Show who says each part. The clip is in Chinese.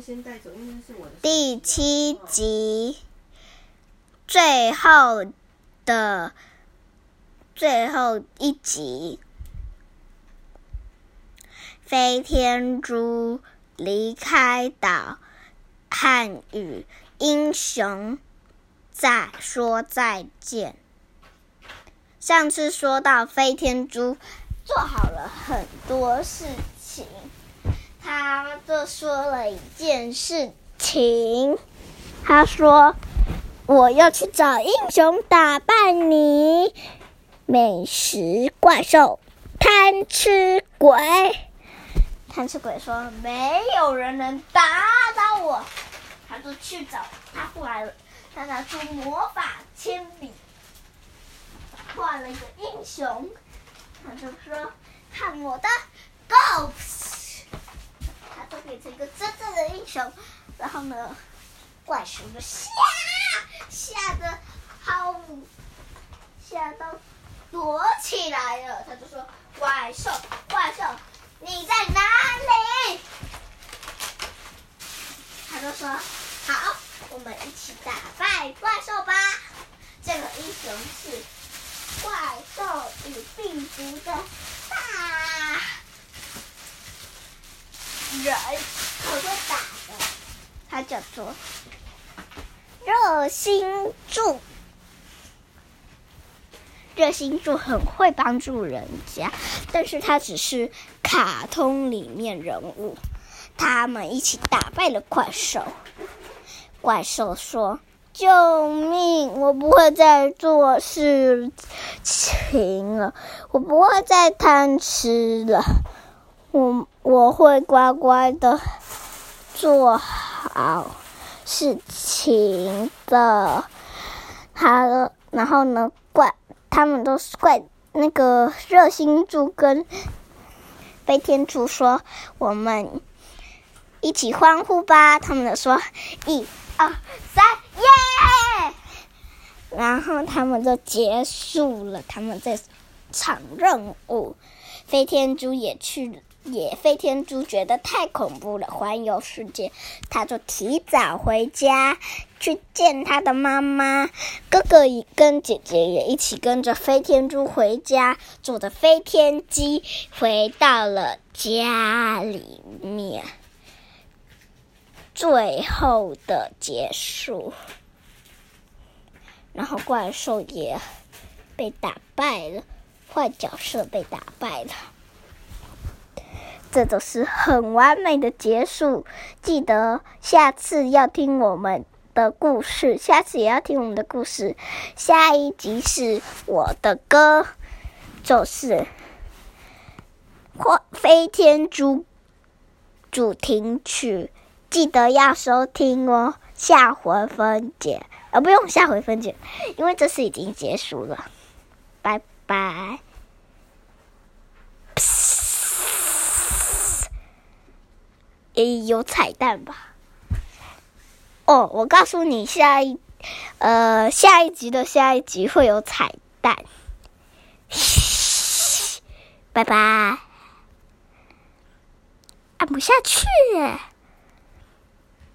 Speaker 1: 先带走，因为是我的。
Speaker 2: 第7集，最后一集，飞天猪离开岛，和与英雄说再见。上次说到飞天猪做好了很多事情，他就说了一件事情，他说我要去找英雄打败你，美食怪兽贪吃鬼。贪吃鬼说没有人能打倒我，他就去找他过来了，他拿出魔法铅笔画了一个英雄，他就说看我的 Ghost， 他就变成一个真正的英雄。然后呢，怪兽就吓得吓到躲起来了。他就说怪兽你在哪里？他就说好，我们一起打败怪兽吧。这个英雄是怪兽与病毒的大人，很会打的，他叫做热心助。热心助很会帮助人家，但是他只是卡通里面人物。他们一起打败了怪兽。怪兽说救命，我不会再做事情了，我不会再贪吃了，我会乖乖的做好事情的。然后呢，他们都是那个热心助跟飞天猪说我们一起欢呼吧。他们就说1、2、3，耶！然后他们就结束了他们这场任务。飞天猪飞天猪觉得太恐怖了，环游世界，他就提早回家去见他的妈妈。哥哥跟姐姐也一起跟着飞天猪回家，坐着飞天机回到了家里面。最后的结束，然后怪兽也被打败了，坏角色被打败了。这都是很完美的结束。记得下次要听我们的故事，下次也要听我们的故事。下一集是我的歌，就是飞天猪主题曲，记得要收听哦。下回分解，不用下回分解，因为这次已经结束了。拜拜。有彩蛋吧？哦，我告诉你，下一集的下一集会有彩蛋。拜拜。按不下去耶。